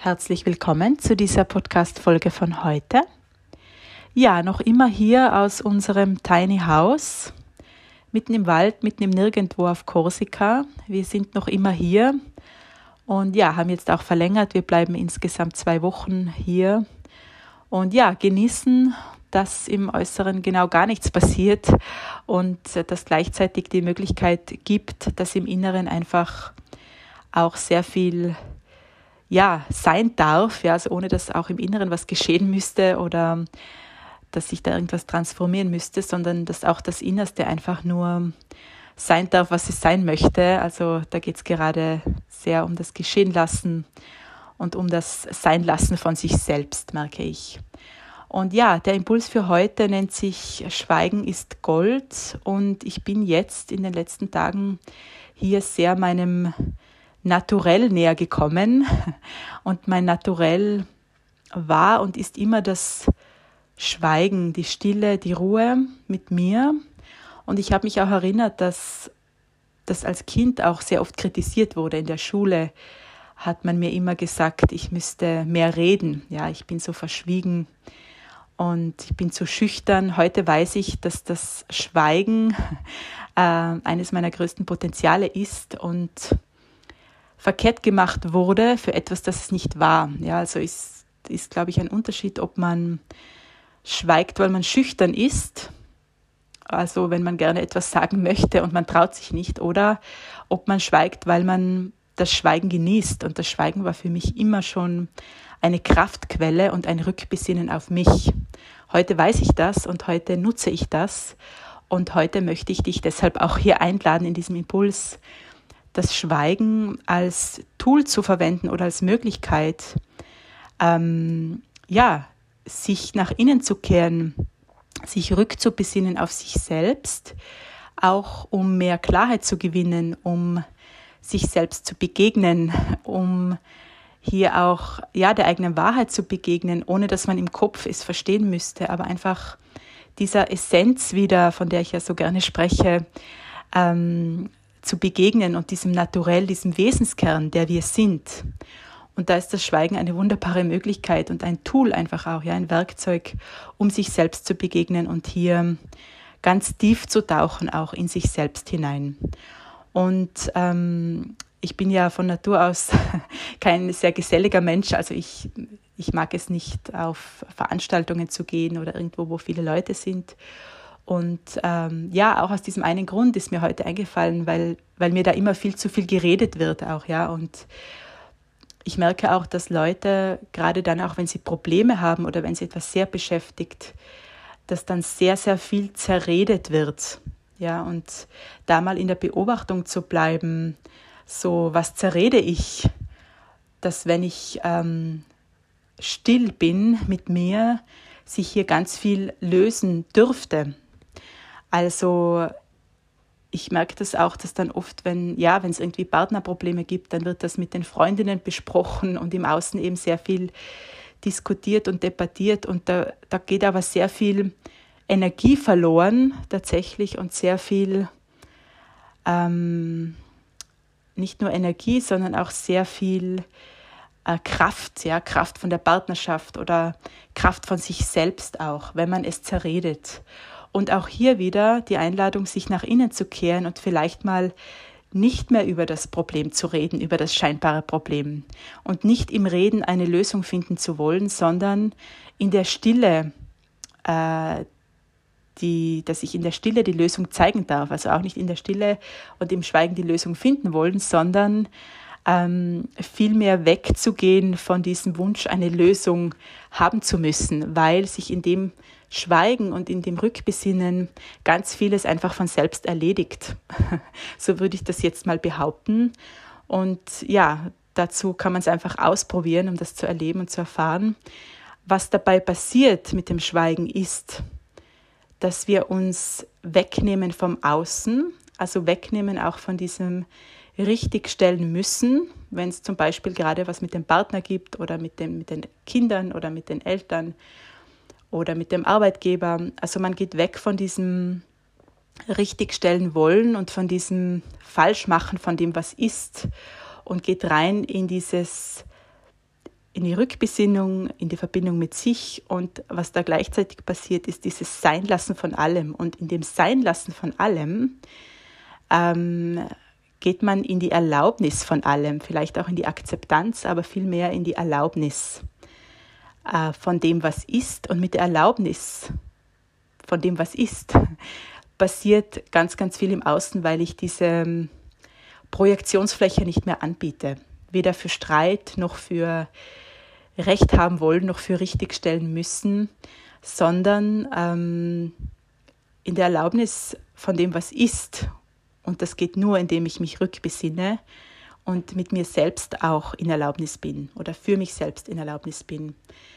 Herzlich willkommen zu dieser Podcast-Folge von heute. Ja, noch immer hier aus unserem Tiny House, mitten im Wald, mitten im Nirgendwo auf Korsika. Wir sind noch immer hier und ja, haben jetzt auch verlängert. Wir bleiben insgesamt 2 Wochen hier und ja, genießen, dass im Äußeren genau gar nichts passiert und dass gleichzeitig die Möglichkeit gibt, dass im Inneren einfach auch sehr viel sein darf, also ohne dass auch im Inneren was geschehen müsste oder dass sich da irgendwas transformieren müsste, sondern dass auch das Innerste einfach nur sein darf, was es sein möchte. Also da geht es gerade sehr um das Geschehen lassen und um das Sein lassen von sich selbst, merke ich. Und ja, der Impuls für heute nennt sich Schweigen ist Gold und ich bin jetzt in den letzten Tagen hier sehr meinem Naturell näher gekommen und mein Naturell war und ist immer das Schweigen, die Stille, die Ruhe mit mir und ich habe mich auch erinnert, dass das als Kind auch sehr oft kritisiert wurde. In der Schule hat man mir immer gesagt, ich müsste mehr reden, ich bin so verschwiegen und ich bin zu schüchtern. Heute weiß ich, dass das Schweigen eines meiner größten Potenziale ist und verkehrt gemacht wurde für etwas, das es nicht war. Also ist glaube ich, ein Unterschied, ob man schweigt, weil man schüchtern ist, also wenn man gerne etwas sagen möchte und man traut sich nicht, oder ob man schweigt, weil man das Schweigen genießt. Und das Schweigen war für mich immer schon eine Kraftquelle und ein Rückbesinnen auf mich. Heute weiß ich das und heute nutze ich das und heute möchte ich dich deshalb auch hier einladen in diesem Impuls, das Schweigen als Tool zu verwenden oder als Möglichkeit, sich nach innen zu kehren, sich rückzubesinnen auf sich selbst, auch um mehr Klarheit zu gewinnen, um sich selbst zu begegnen, um hier auch der eigenen Wahrheit zu begegnen, ohne dass man im Kopf es verstehen müsste, aber einfach dieser Essenz wieder, von der ich ja so gerne spreche, zu begegnen und diesem Naturell, diesem Wesenskern, der wir sind. Und da ist das Schweigen eine wunderbare Möglichkeit und ein Tool einfach auch, ein Werkzeug, um sich selbst zu begegnen und hier ganz tief zu tauchen, auch in sich selbst hinein. Und ich bin ja von Natur aus kein sehr geselliger Mensch, also ich mag es nicht, auf Veranstaltungen zu gehen oder irgendwo, wo viele Leute sind. Und auch aus diesem einen Grund ist mir heute eingefallen, weil mir da immer viel zu viel geredet wird auch, und ich merke auch, dass Leute, gerade dann auch, wenn sie Probleme haben oder wenn sie etwas sehr beschäftigt, dass dann sehr, sehr viel zerredet wird, und da mal in der Beobachtung zu bleiben, so was zerrede ich, dass wenn ich still bin mit mir, sich hier ganz viel lösen dürfte. Also ich merke das auch, dass dann oft, wenn es irgendwie Partnerprobleme gibt, dann wird das mit den Freundinnen besprochen und im Außen eben sehr viel diskutiert und debattiert und da geht aber sehr viel Energie verloren tatsächlich und sehr viel, nicht nur Energie, sondern auch sehr viel Kraft, Kraft von der Partnerschaft oder Kraft von sich selbst auch, wenn man es zerredet. Und auch hier wieder die Einladung, sich nach innen zu kehren und vielleicht mal nicht mehr über das Problem zu reden, über das scheinbare Problem. Und nicht im Reden eine Lösung finden zu wollen, sondern in der Stille, dass ich in der Stille die Lösung zeigen darf. Also auch nicht in der Stille und im Schweigen die Lösung finden wollen, sondern vielmehr wegzugehen von diesem Wunsch, eine Lösung haben zu müssen, weil sich in dem Schweigen und in dem Rückbesinnen ganz vieles einfach von selbst erledigt. So würde ich das jetzt mal behaupten. Und dazu kann man es einfach ausprobieren, um das zu erleben und zu erfahren. Was dabei passiert mit dem Schweigen ist, dass wir uns wegnehmen vom Außen, also wegnehmen auch von diesem richtigstellen müssen, wenn es zum Beispiel gerade was mit dem Partner gibt oder mit den Kindern oder mit den Eltern oder mit dem Arbeitgeber. Also man geht weg von diesem richtigstellen wollen und von diesem Falschmachen von dem, was ist und geht rein in in die Rückbesinnung, in die Verbindung mit sich, und was da gleichzeitig passiert, ist dieses Seinlassen von allem. Und in dem Seinlassen von allem geht man in die Erlaubnis von allem, vielleicht auch in die Akzeptanz, aber vielmehr in die Erlaubnis von dem, was ist. Und mit der Erlaubnis von dem, was ist, passiert ganz, ganz viel im Außen, weil ich diese Projektionsfläche nicht mehr anbiete. Weder für Streit noch für Recht haben wollen, noch für richtigstellen müssen, sondern in der Erlaubnis von dem, was ist. Und das geht nur, indem ich mich rückbesinne und mit mir selbst auch in Erlaubnis bin oder für mich selbst in Erlaubnis bin.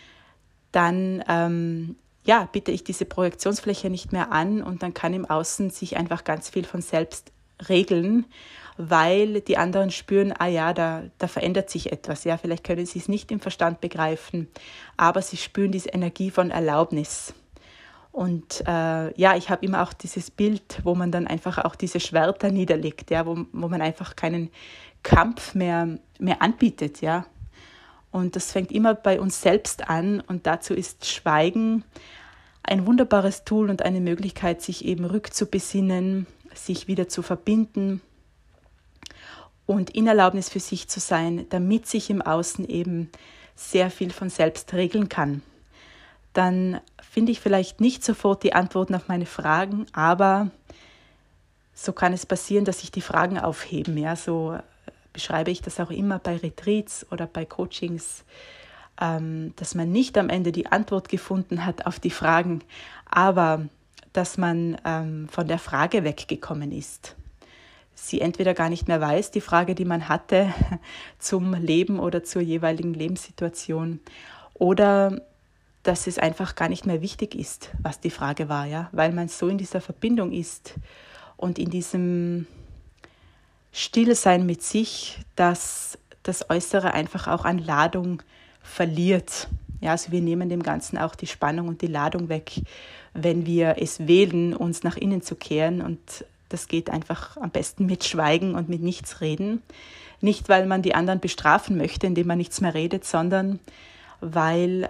Dann biete ich diese Projektionsfläche nicht mehr an, und dann kann im Außen sich einfach ganz viel von selbst regeln, weil die anderen spüren, da verändert sich etwas. Ja, vielleicht können sie es nicht im Verstand begreifen, aber sie spüren diese Energie von Erlaubnis. Und ich habe immer auch dieses Bild, wo man dann einfach auch diese Schwerter niederlegt, ja, wo man einfach keinen Kampf mehr anbietet, ja. Und das fängt immer bei uns selbst an, und dazu ist Schweigen ein wunderbares Tool und eine Möglichkeit, sich eben rückzubesinnen, sich wieder zu verbinden und in Erlaubnis für sich zu sein, damit sich im Außen eben sehr viel von selbst regeln kann. Dann finde ich vielleicht nicht sofort die Antworten auf meine Fragen, aber so kann es passieren, dass sich die Fragen aufheben. Ja, so beschreibe ich das auch immer bei Retreats oder bei Coachings, dass man nicht am Ende die Antwort gefunden hat auf die Fragen, aber dass man von der Frage weggekommen ist. Sie entweder gar nicht mehr weiß, die Frage, die man hatte zum Leben oder zur jeweiligen Lebenssituation, oder dass es einfach gar nicht mehr wichtig ist, was die Frage war, ja, weil man so in dieser Verbindung ist und in diesem Stillsein mit sich, dass das Äußere einfach auch an Ladung verliert. Ja, also wir nehmen dem Ganzen auch die Spannung und die Ladung weg, wenn wir es wählen, uns nach innen zu kehren, und das geht einfach am besten mit Schweigen und mit nichts reden. Nicht, weil man die anderen bestrafen möchte, indem man nichts mehr redet, sondern weil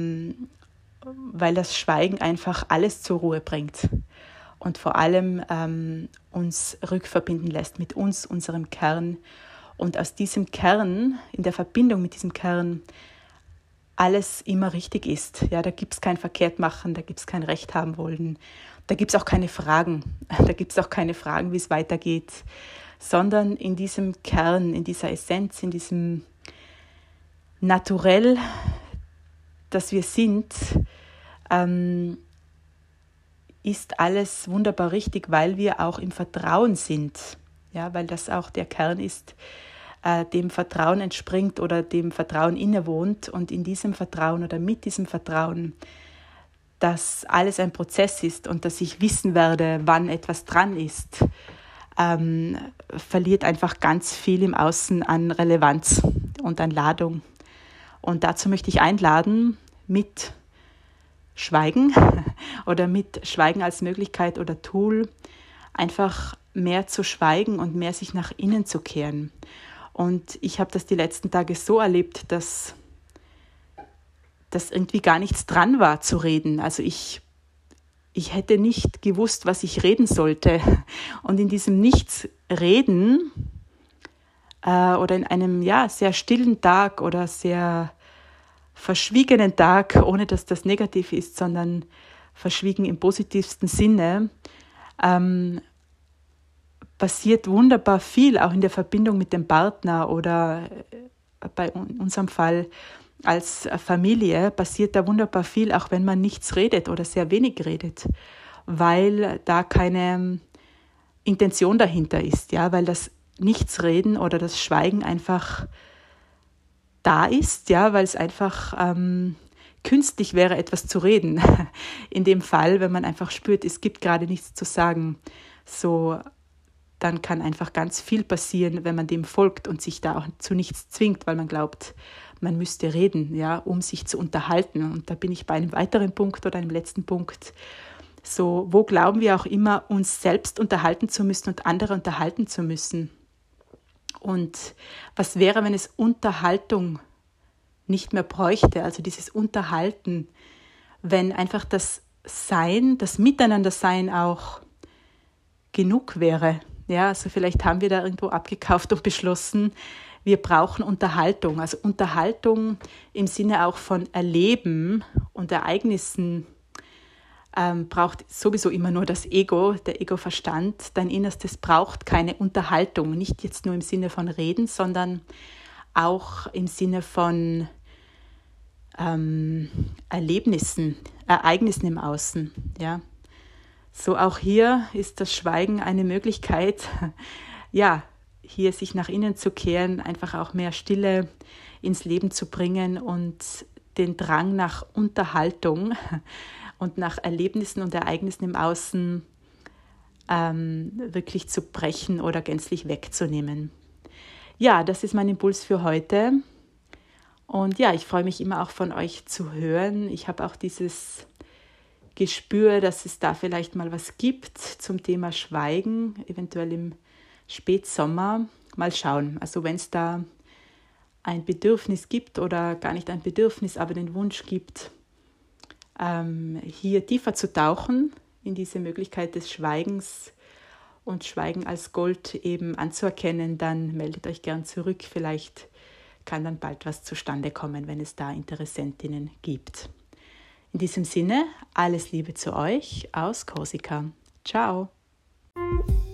das Schweigen einfach alles zur Ruhe bringt und vor allem uns rückverbinden lässt mit uns, unserem Kern. Und aus diesem Kern, in der Verbindung mit diesem Kern, alles immer richtig ist. Ja, da gibt es kein Verkehrtmachen, da gibt es kein Recht haben wollen, da gibt es auch keine Fragen. Da gibt es auch keine Fragen, wie es weitergeht, sondern in diesem Kern, in dieser Essenz, in diesem Naturell, das wir sind, ist alles wunderbar richtig, weil wir auch im Vertrauen sind. Ja, weil das auch der Kern ist, dem Vertrauen entspringt oder dem Vertrauen innewohnt, und in diesem Vertrauen oder mit diesem Vertrauen, dass alles ein Prozess ist und dass ich wissen werde, wann etwas dran ist, verliert einfach ganz viel im Außen an Relevanz und an Ladung. Und dazu möchte ich einladen, mit Schweigen oder mit Schweigen als Möglichkeit oder Tool einfach mehr zu schweigen und mehr sich nach innen zu kehren. Und ich habe das die letzten Tage so erlebt, dass irgendwie gar nichts dran war zu reden. Also ich hätte nicht gewusst, was ich reden sollte. Und in diesem Nichts-Reden oder in einem sehr stillen Tag oder sehr verschwiegenen Tag, ohne dass das negativ ist, sondern verschwiegen im positivsten Sinne, passiert wunderbar viel, auch in der Verbindung mit dem Partner oder bei unserem Fall als Familie passiert da wunderbar viel, auch wenn man nichts redet oder sehr wenig redet, weil da keine Intention dahinter ist, ja, weil das Nichtsreden oder das Schweigen einfach da ist, ja, weil es einfach künstlich wäre, etwas zu reden. In dem Fall, wenn man einfach spürt, es gibt gerade nichts zu sagen, so dann kann einfach ganz viel passieren, wenn man dem folgt und sich da auch zu nichts zwingt, weil man glaubt, man müsste reden, ja, um sich zu unterhalten. Und da bin ich bei einem weiteren Punkt oder einem letzten Punkt. So, wo glauben wir auch immer, uns selbst unterhalten zu müssen und andere unterhalten zu müssen? Und was wäre, wenn es Unterhaltung nicht mehr bräuchte, also dieses Unterhalten, wenn einfach das Sein, das Miteinandersein auch genug wäre. Ja, also vielleicht haben wir da irgendwo abgekauft und beschlossen, wir brauchen Unterhaltung. Also Unterhaltung im Sinne auch von Erleben und Ereignissen braucht sowieso immer nur das Ego, der Ego-Verstand. Dein Innerstes braucht keine Unterhaltung, nicht jetzt nur im Sinne von Reden, sondern auch im Sinne von Erlebnissen, Ereignissen im Außen. Ja. So auch hier ist das Schweigen eine Möglichkeit, ja, hier sich nach innen zu kehren, einfach auch mehr Stille ins Leben zu bringen und den Drang nach Unterhaltung und nach Erlebnissen und Ereignissen im Außen wirklich zu brechen oder gänzlich wegzunehmen. Ja, das ist mein Impuls für heute. Und ja, ich freue mich immer auch von euch zu hören. Ich habe auch dieses Gespür, dass es da vielleicht mal was gibt zum Thema Schweigen, eventuell im Spätsommer. Mal schauen. Also wenn es da ein Bedürfnis gibt oder gar nicht ein Bedürfnis, aber den Wunsch gibt, hier tiefer zu tauchen in diese Möglichkeit des Schweigens und Schweigen als Gold eben anzuerkennen, dann meldet euch gern zurück. Vielleicht kann dann bald was zustande kommen, wenn es da Interessentinnen gibt. In diesem Sinne, alles Liebe zu euch aus Korsika. Ciao!